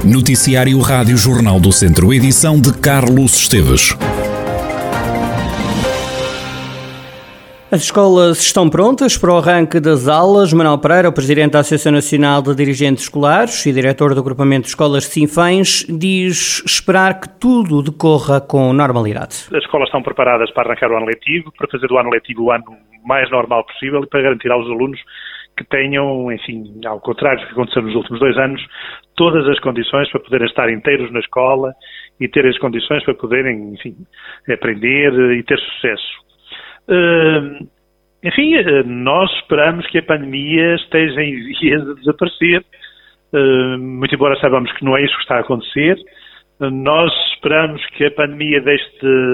Noticiário Rádio Jornal do Centro, edição de Carlos Esteves. As escolas estão prontas para o arranque das aulas. Manuel Pereira, o presidente da Associação Nacional de Dirigentes Escolares e diretor do agrupamento de escolas de Sinfãs, diz esperar que tudo decorra com normalidade. As escolas estão preparadas para arrancar o ano letivo, para fazer do ano letivo o ano mais normal possível e para garantir aos alunos que tenham, enfim, ao contrário do que aconteceu nos últimos 2 anos, todas as condições para poderem estar inteiros na escola e ter as condições para poderem, enfim, aprender e ter sucesso. Enfim, nós esperamos que a pandemia esteja em vias de desaparecer, muito embora saibamos que não é isso que está a acontecer. Nós esperamos que a pandemia deixe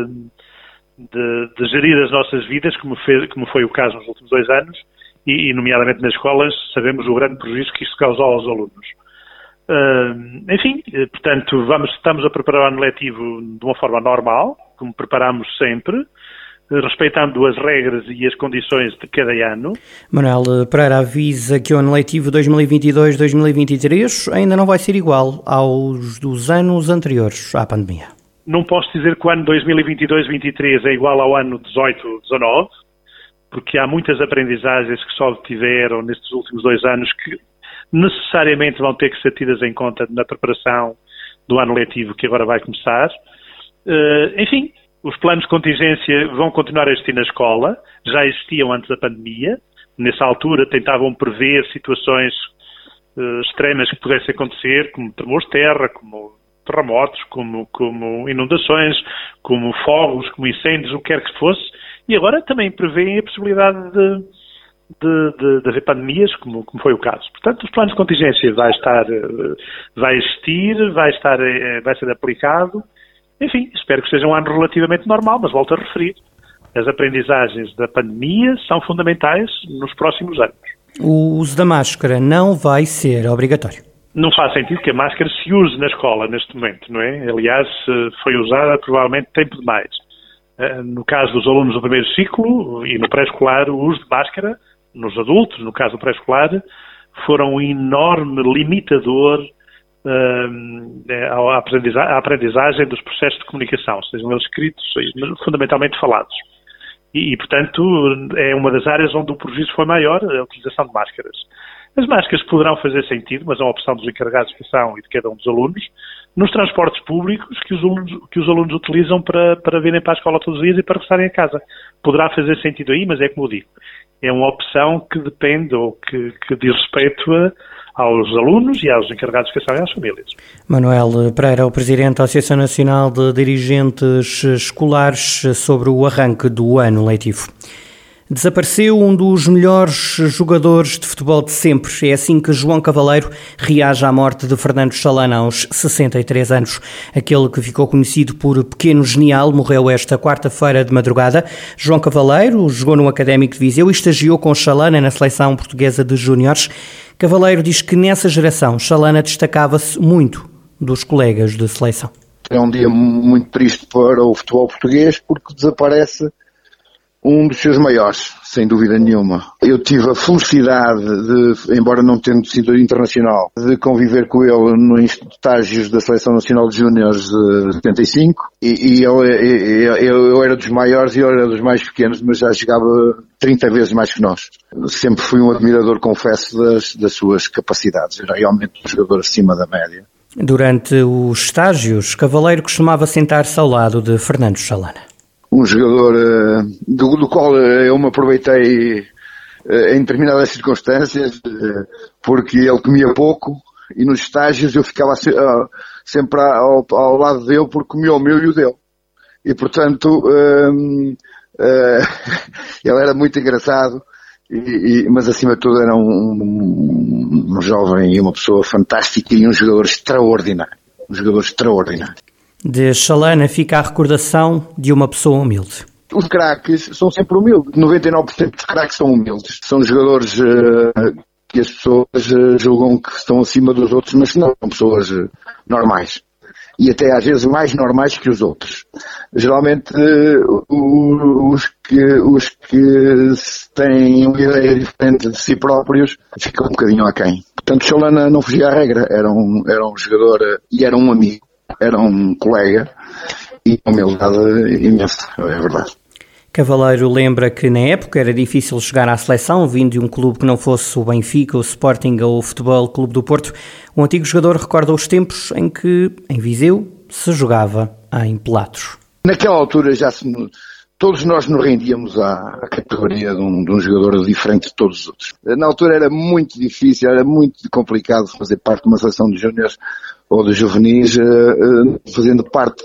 de gerir as nossas vidas, como foi o caso nos últimos 2 anos, e nomeadamente nas escolas, sabemos o grande prejuízo que isto causou aos alunos. Enfim, portanto, estamos a preparar o ano letivo de uma forma normal, como preparamos sempre, respeitando as regras e as condições de cada ano. Manuel Pereira avisa que o ano letivo 2022-2023 ainda não vai ser igual aos dos anos anteriores à pandemia. Não posso dizer que o ano 2022-2023 é igual ao ano 18-19, porque há muitas aprendizagens que só tiveram nestes últimos 2 anos que necessariamente vão ter que ser tidas em conta na preparação do ano letivo que agora vai começar. Enfim, os planos de contingência vão continuar a existir na escola, já existiam antes da pandemia. Nessa altura tentavam prever situações extremas que pudessem acontecer, como tremores de terra, como terremotos, como inundações, como fogos, como incêndios, o que quer que fosse. E agora também prevêem a possibilidade de haver pandemias, como foi o caso. Portanto, os planos de contingência vai existir, vai ser aplicado. Enfim, espero que seja um ano relativamente normal, mas volto a referir, as aprendizagens da pandemia são fundamentais nos próximos anos. O uso da máscara não vai ser obrigatório. Não faz sentido que a máscara se use na escola neste momento, não é? Aliás, foi usada provavelmente tempo demais. No caso dos alunos do primeiro ciclo e no pré-escolar, o uso de máscara, nos adultos, no caso do pré-escolar, foram um enorme limitador à aprendizagem dos processos de comunicação, sejam eles escritos, mas fundamentalmente falados. E, portanto, é uma das áreas onde o prejuízo foi maior, a utilização de máscaras. As máscaras poderão fazer sentido, mas é uma opção dos encarregados de educação e de cada um dos alunos, nos transportes públicos que os alunos utilizam para virem para a escola todos os dias e para regressarem a casa. Poderá fazer sentido aí, mas é como eu digo, é uma opção que depende ou que diz respeito aos alunos e aos encarregados de educação e às famílias. Manuel Pereira, o presidente da Associação Nacional de Dirigentes Escolares, sobre o arranque do ano letivo. Desapareceu um dos melhores jogadores de futebol de sempre. É assim que João Cavaleiro reage à morte de Fernando Chalana aos 63 anos. Aquele que ficou conhecido por Pequeno Genial morreu esta quarta-feira de madrugada. João Cavaleiro jogou no Académico de Viseu e estagiou com Chalana na seleção portuguesa de júniores. Cavaleiro diz que nessa geração Chalana destacava-se muito dos colegas de seleção. É um dia muito triste para o futebol português porque desaparece um dos seus maiores, sem dúvida nenhuma. Eu tive a felicidade de, embora não tendo sido internacional, de conviver com ele nos estágios da Seleção Nacional de Júniores de 75 e eu era dos maiores e eu era dos mais pequenos, mas já jogava 30 vezes mais que nós. Sempre fui um admirador, confesso, das suas capacidades. Era realmente um jogador acima da média. Durante os estágios, Cavaleiro costumava sentar-se ao lado de Fernando Chalana. Um jogador do qual eu me aproveitei em determinadas circunstâncias, porque ele comia pouco e nos estágios eu ficava sempre ao lado dele porque comia o meu e o dele. E portanto ele era muito engraçado, mas acima de tudo era um jovem e uma pessoa fantástica e um jogador extraordinário. De Chalana fica a recordação de uma pessoa humilde. Os craques são sempre humildes. 99% dos craques são humildes. São jogadores que as pessoas julgam que estão acima dos outros, mas não, são pessoas normais. E até às vezes mais normais que os outros. Geralmente os que têm uma ideia diferente de si próprios ficam um bocadinho aquém. Portanto, Chalana não fugia à regra, era um jogador e era um amigo, era um colega e uma humildade imensa, é verdade. Cavaleiro lembra que na época era difícil chegar à seleção, vindo de um clube que não fosse o Benfica, o Sporting ou o Futebol Clube do Porto. Um antigo jogador recorda os tempos em que, em Viseu, se jogava em Pelatos. Naquela altura todos nós nos rendíamos à categoria de um jogador diferente de todos os outros. Na altura era muito difícil, era muito complicado fazer parte de uma seleção de júniores ou de juvenis, fazendo parte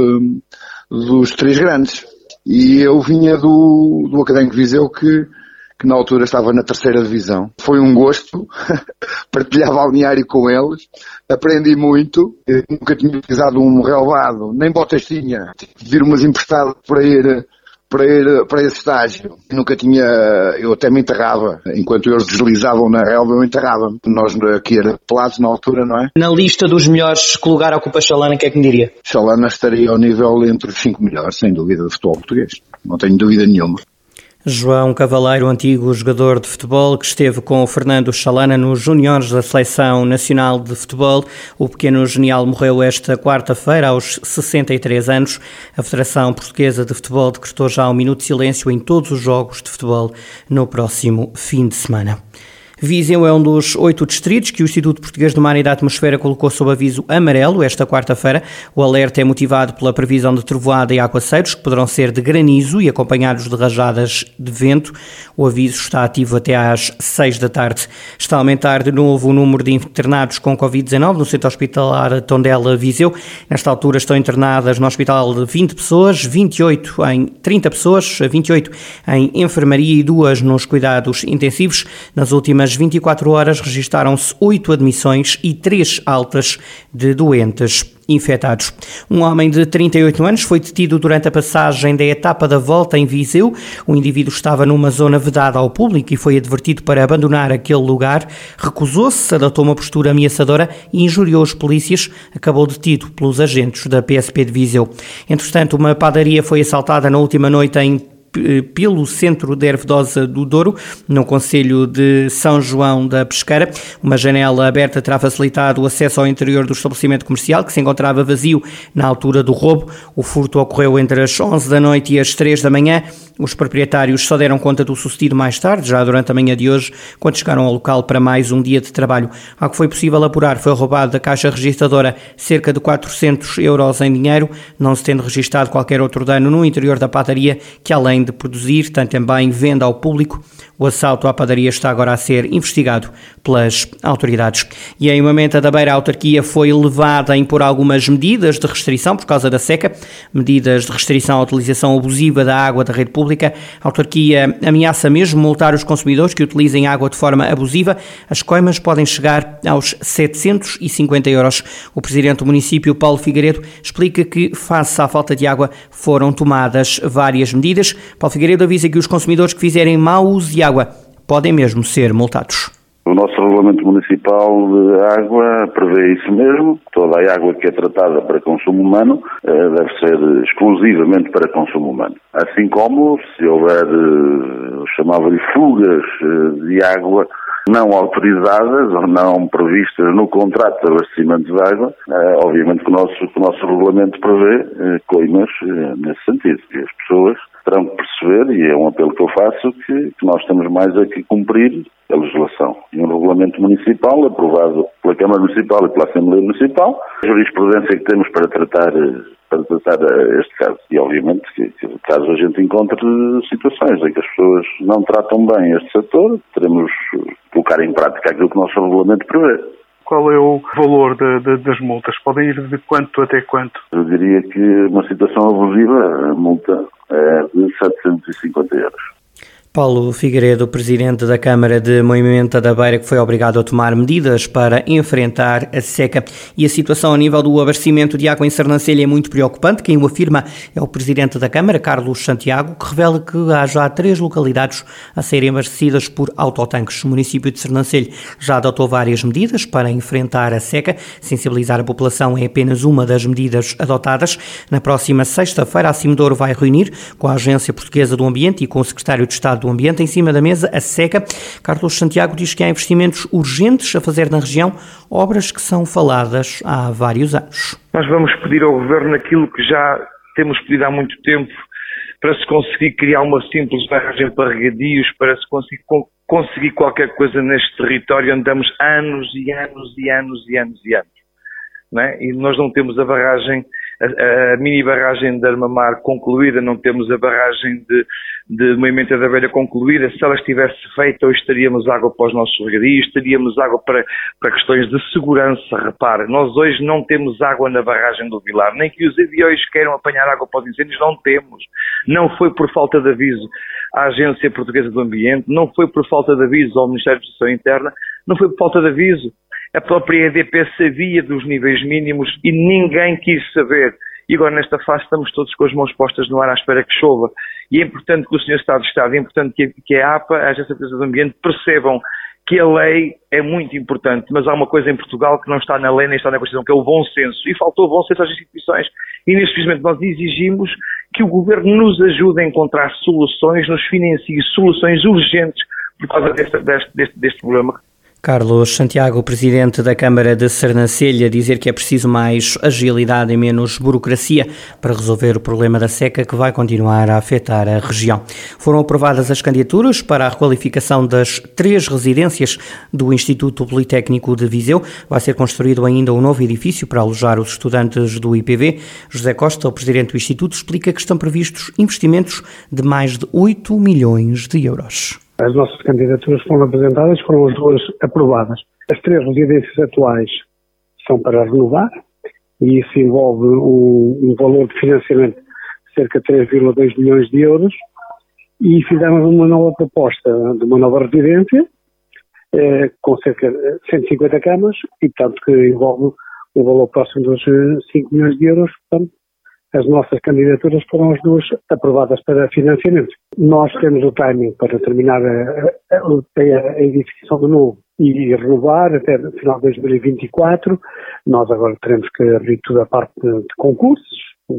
dos três grandes. E eu vinha do Académico de Viseu que na altura estava na 3ª divisão. Foi um gosto partilhar balneário com eles, aprendi muito, eu nunca tinha utilizado um relevado, nem botas tinha, tive de pedir umas emprestadas para ir para esse estágio. Eu até me enterrava. Enquanto eles deslizavam na relva, eu enterrava-me. Nós aqui era Pelatos na altura, não é? Na lista dos melhores, que lugar ocupa Chalana, o que é que me diria? Chalana estaria ao nível entre os 5 melhores, sem dúvida, de futebol português. Não tenho dúvida nenhuma. João Cavaleiro, antigo jogador de futebol, que esteve com o Fernando Chalana nos juniores da Seleção Nacional de Futebol. O pequeno genial morreu esta quarta-feira, aos 63 anos. A Federação Portuguesa de Futebol decretou já um minuto de silêncio em todos os jogos de futebol no próximo fim de semana. Viseu é um dos 8 distritos que o Instituto Português do Mar e da Atmosfera colocou sob aviso amarelo esta quarta-feira. O alerta é motivado pela previsão de trovoada e aguaceiros, que poderão ser de granizo e acompanhados de rajadas de vento. O aviso está ativo até às 6 da tarde. Está a aumentar de novo o número de internados com Covid-19 no Centro Hospitalar Tondela Viseu. Nesta altura estão internadas no hospital 20 pessoas, 30 pessoas, 28 em enfermaria e 2 nos cuidados intensivos. Nas últimas 24 horas registaram-se 8 admissões e 3 altas de doentes infectados. Um homem de 38 anos foi detido durante a passagem da etapa da volta em Viseu. O indivíduo estava numa zona vedada ao público e foi advertido para abandonar aquele lugar. Recusou-se, adotou uma postura ameaçadora e injuriou os polícias. Acabou detido pelos agentes da PSP de Viseu. Entretanto, uma padaria foi assaltada na última noite pelo Centro de Ervedosa do Douro, no concelho de São João da Pesqueira. Uma janela aberta terá facilitado o acesso ao interior do estabelecimento comercial, que se encontrava vazio na altura do roubo. O furto ocorreu entre as 11 da noite e as 3 da manhã. Os proprietários só deram conta do sucedido mais tarde, já durante a manhã de hoje, quando chegaram ao local para mais um dia de trabalho. Ao que foi possível apurar, foi roubado da caixa registradora cerca de 400 euros em dinheiro, não se tendo registado qualquer outro dano no interior da padaria, que além de produzir, tem também venda ao público. O assalto à padaria está agora a ser investigado pelas autoridades. E em Moimenta da Beira, a autarquia foi levada a impor algumas medidas de restrição por causa da seca, medidas de restrição à utilização abusiva da água da rede pública. A autarquia ameaça mesmo multar os consumidores que utilizem água de forma abusiva. As coimas podem chegar aos 750 euros. O presidente do município, Paulo Figueiredo, explica que, face à falta de água, foram tomadas várias medidas. Paulo Figueiredo avisa que os consumidores que fizerem mau uso de água podem mesmo ser multados. O nosso regulamento municipal de água prevê isso mesmo. Toda a água que é tratada para consumo humano deve ser exclusivamente para consumo humano. Assim como, se houver, chamava-lhe fugas de água não autorizadas ou não previstas no contrato de abastecimento de água, obviamente que o nosso regulamento prevê coimas nesse sentido. E as pessoas terão que perceber, e é um apelo que eu faço, que nós temos mais a que cumprir a legislação. E um regulamento municipal aprovado pela Câmara Municipal e pela Assembleia Municipal, a jurisprudência que temos para tratar este caso. E obviamente que caso a gente encontre situações em que as pessoas não tratam bem este setor, teremos que colocar em prática aquilo que o nosso regulamento prevê. Qual é o valor das multas? Podem ir de quanto até quanto? Eu diria que uma situação abusiva, a multa é de 750 euros. Paulo Figueiredo, presidente da Câmara de Moimenta da Beira, que foi obrigado a tomar medidas para enfrentar a seca. E a situação a nível do abastecimento de água em Sernancelho é muito preocupante. Quem o afirma é o presidente da Câmara, Carlos Santiago, que revela que há já 3 localidades a serem abastecidas por autotanques. O município de Sernancelho já adotou várias medidas para enfrentar a seca. Sensibilizar a população é apenas uma das medidas adotadas. Na próxima sexta-feira, a Cimedouro vai reunir com a Agência Portuguesa do Ambiente e com o secretário de Estado do Ambiente. Em cima da mesa, a seca. Carlos Santiago diz que há investimentos urgentes a fazer na região, obras que são faladas há vários anos. Nós vamos pedir ao Governo aquilo que já temos pedido há muito tempo, para se conseguir criar uma simples barragem para regadios, para se conseguir qualquer coisa neste território. Andamos anos e anos e anos e anos e anos, não é? E nós não temos a barragem, a mini barragem de Armamar concluída, não temos a barragem de Moimenta da Velha concluída. Se ela estivesse feita, hoje teríamos água para os nossos regadios, teríamos água para questões de segurança. Repare, nós hoje não temos água na barragem do Vilar, nem que os aviões queiram apanhar água para os incêndios, não temos. Não foi por falta de aviso à Agência Portuguesa do Ambiente, não foi por falta de aviso ao Ministério da Administração Interna, não foi por falta de aviso. A própria EDP sabia dos níveis mínimos e ninguém quis saber. E agora nesta fase estamos todos com as mãos postas no ar à espera que chova. E é importante que o Sr. Estado de Estado, é importante que a APA, a Agência Portuguesa do Ambiente, percebam que a lei é muito importante, mas há uma coisa em Portugal que não está na lei nem está na Constituição, que é o bom senso. E faltou bom senso às instituições. E neste momento nós exigimos que o Governo nos ajude a encontrar soluções, nos financie soluções urgentes por causa deste problema. Carlos Santiago, presidente da Câmara de Sernancelha, dizer que é preciso mais agilidade e menos burocracia para resolver o problema da seca que vai continuar a afetar a região. Foram aprovadas as candidaturas para a requalificação das 3 residências do Instituto Politécnico de Viseu. Vai ser construído ainda um novo edifício para alojar os estudantes do IPV. José Costa, o presidente do Instituto, explica que estão previstos investimentos de mais de 8 milhões de euros. As nossas candidaturas foram apresentadas, foram as 2 aprovadas. As 3 residências atuais são para renovar e isso envolve um valor de financiamento de cerca de 3,2 milhões de euros e fizemos uma nova proposta de uma nova residência com cerca de 150 camas e, portanto, que envolve um valor próximo dos 5 milhões de euros. Portanto, as nossas candidaturas foram as 2 aprovadas para financiamento. Nós temos o timing para terminar a edificação do novo e renovar até o final de 2024. Nós agora teremos que abrir toda a parte de concursos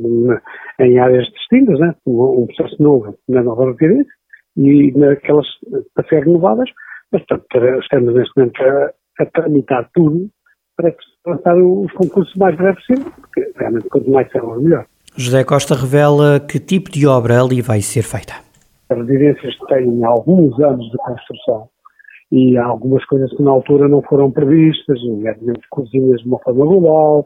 em áreas distintas, né? Um processo novo na nova residência e naquelas para ser renovadas. Mas, portanto, estamos neste momento a tramitar tudo para lançar os concursos o mais breve possível, porque realmente quanto mais serão, melhor. José Costa revela que tipo de obra ali vai ser feita. As residências têm alguns anos de construção e há algumas coisas que na altura não foram previstas, nomeadamente cozinhas de uma forma global,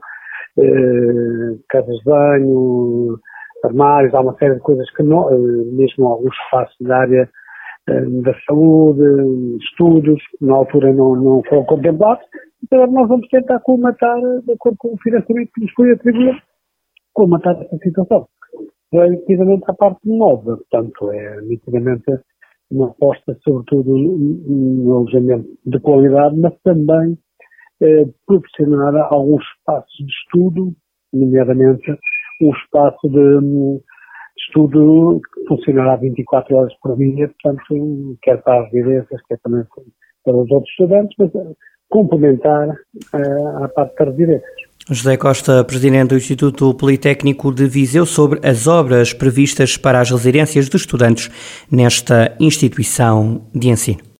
casas de banho, armários, há uma série de coisas que não, mesmo alguns espaços da área da saúde, estudos, na altura não foram contemplados. Então nós vamos tentar colmatar, de acordo com o financiamento que nos foi atribuído, colmatar essa situação. Relativamente à parte nova, portanto, é nitidamente uma aposta sobretudo no alojamento de qualidade, mas também proporcionar alguns espaços de estudo, nomeadamente um espaço de estudo que funcionará 24 horas por dia, portanto, quer para as residências, quer também para os outros estudantes, mas complementar a parte das residências. José Costa, presidente do Instituto Politécnico de Viseu, sobre as obras previstas para as residências de estudantes nesta instituição de ensino.